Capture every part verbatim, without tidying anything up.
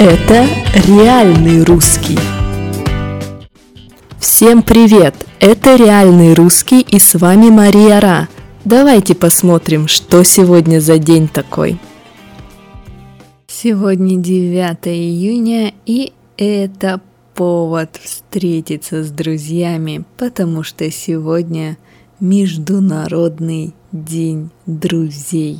Это реальный русский. Всем привет! Это реальный русский, и с вами Мария Ра. Давайте посмотрим, что сегодня за день такой. Сегодня девятое июня, и это повод встретиться с друзьями, потому что сегодня Международный день друзей.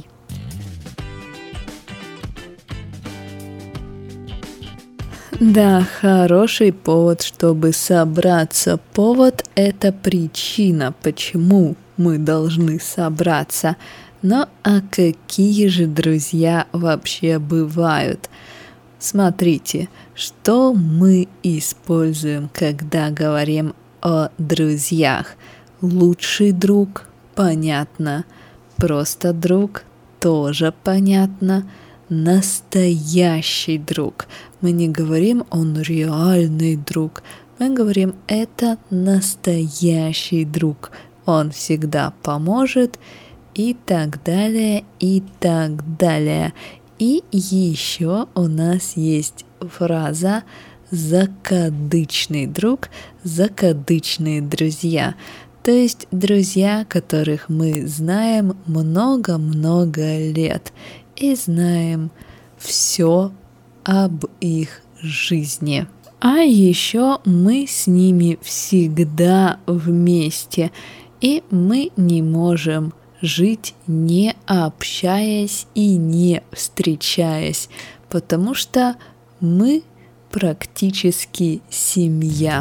Да, хороший повод, чтобы собраться. Повод – это причина, почему мы должны собраться. Но а какие же друзья вообще бывают? Смотрите, что мы используем, когда говорим о друзьях. Лучший друг – понятно. Просто друг – тоже понятно. Настоящий друг. Мы не говорим «он реальный друг», мы говорим «это настоящий друг», он всегда поможет и так далее, и так далее. И еще у нас есть фраза «закадычный друг», «закадычные друзья». То есть друзья, которых мы знаем много-много лет и знаем все об их жизни. А еще мы с ними всегда вместе, и мы не можем жить, не общаясь и не встречаясь, потому что мы практически семья.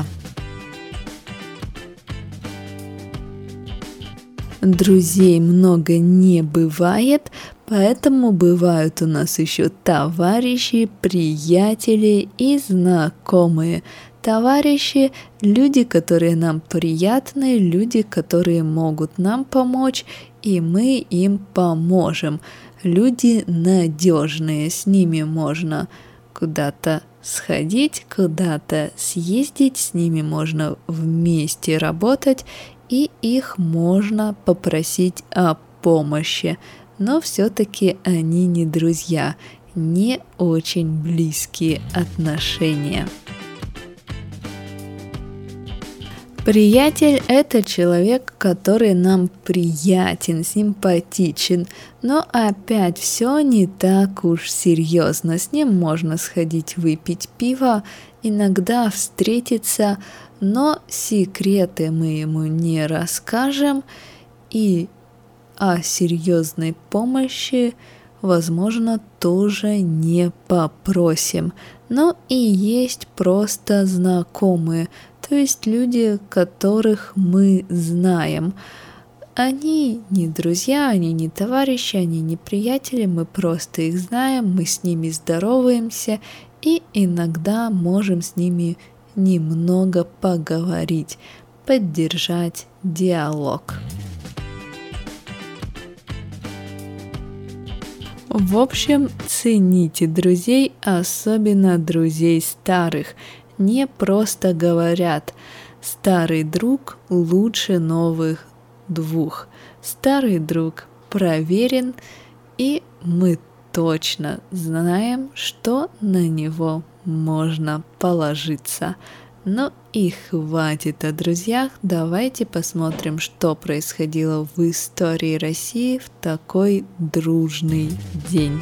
Друзей много не бывает, поэтому бывают у нас еще товарищи, приятели и знакомые. Товарищи – люди, которые нам приятны, люди, которые могут нам помочь, и мы им поможем. Люди надежные, с ними можно куда-то сходить, куда-то съездить, с ними можно вместе работать, и их можно попросить о помощи. Но все-таки они не друзья, не очень близкие отношения. Приятель – это человек, который нам приятен, симпатичен, но опять все не так уж серьезно. С ним можно сходить выпить пиво, иногда встретиться, но секреты мы ему не расскажем, и о серьезной помощи, возможно, тоже не попросим. Но и есть просто знакомые, то есть люди, которых мы знаем. Они не друзья, они не товарищи, они не приятели, мы просто их знаем, мы с ними здороваемся и иногда можем с ними немного поговорить, поддержать диалог. В общем, цените друзей, особенно друзей старых. Не просто говорят «старый друг лучше новых двух». Старый друг проверен, и мы точно знаем, что на него можно положиться. Ну и хватит о друзьях, давайте посмотрим, что происходило в истории России в такой дружный день.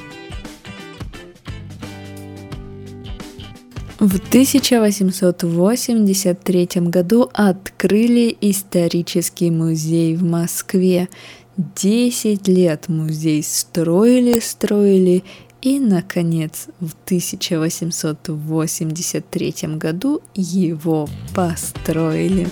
В тысяча восемьсот восемьдесят третьем году открыли исторический музей в Москве. Десять лет музей строили, строили, и, наконец, в тысяча восемьсот восемьдесят третьем году его построили.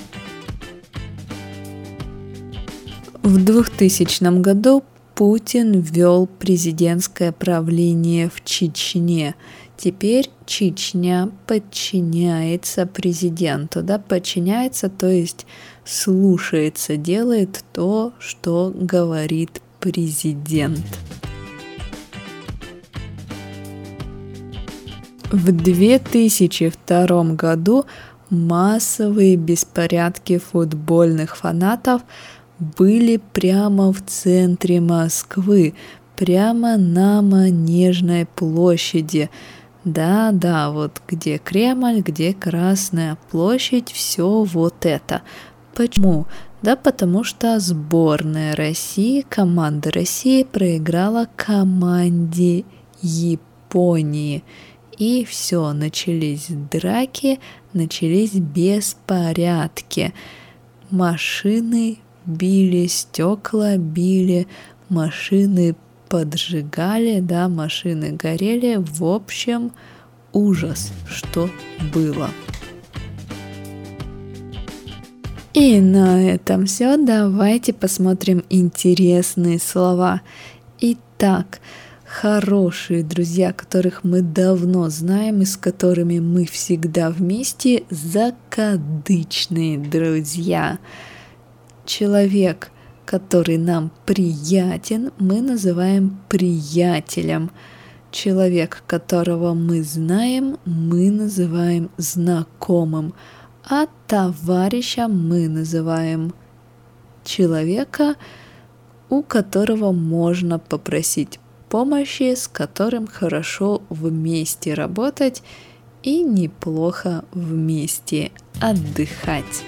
В двухтысячном году Путин ввел президентское правление в Чечне. Теперь Чечня подчиняется президенту, да, подчиняется, то есть слушается, делает то, что говорит президент. В две тысячи втором году массовые беспорядки футбольных фанатов были прямо в центре Москвы, прямо на Манежной площади. Да-да, вот где Кремль, где Красная площадь, все вот это. Почему? Да потому что сборная России, команда России проиграла команде Японии. И все, начались драки, начались беспорядки. Машины били, стекла били, машины поджигали, да, машины горели. В общем, ужас, что было. И на этом все. Давайте посмотрим интересные слова. Итак, хорошие друзья, которых мы давно знаем и с которыми мы всегда вместе, закадычные друзья. Человек, который нам приятен, мы называем приятелем. Человек, которого мы знаем, мы называем знакомым. А товарища мы называем человека, у которого можно попросить помощи, с которым хорошо вместе работать и неплохо вместе отдыхать.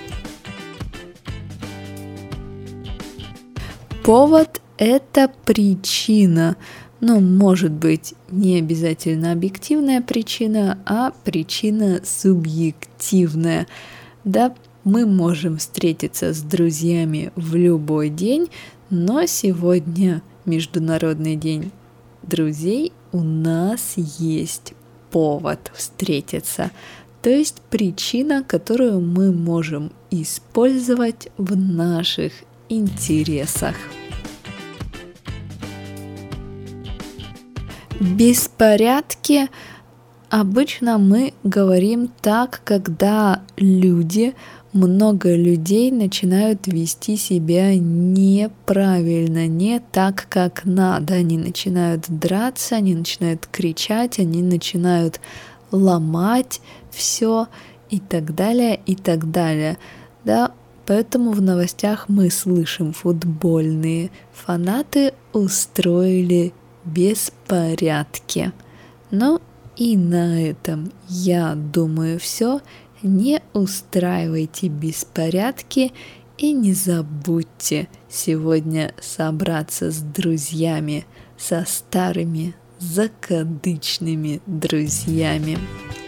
Повод – это причина, но может быть не обязательно объективная причина, а причина субъективная. Да, мы можем встретиться с друзьями в любой день, но сегодня Международный день друзей, у нас есть повод встретиться, то есть причина, которую мы можем использовать в наших интересах. Беспорядки обычно мы говорим так, когда люди, много людей начинают вести себя неправильно, не так, как надо. Они начинают драться, они начинают кричать, они начинают ломать все и так далее, и так далее. Да, поэтому в новостях мы слышим: футбольные фанаты устроили беспорядки. Ну и на этом, я думаю, все. Не устраивайте беспорядки и не забудьте сегодня собраться с друзьями, со старыми закадычными друзьями.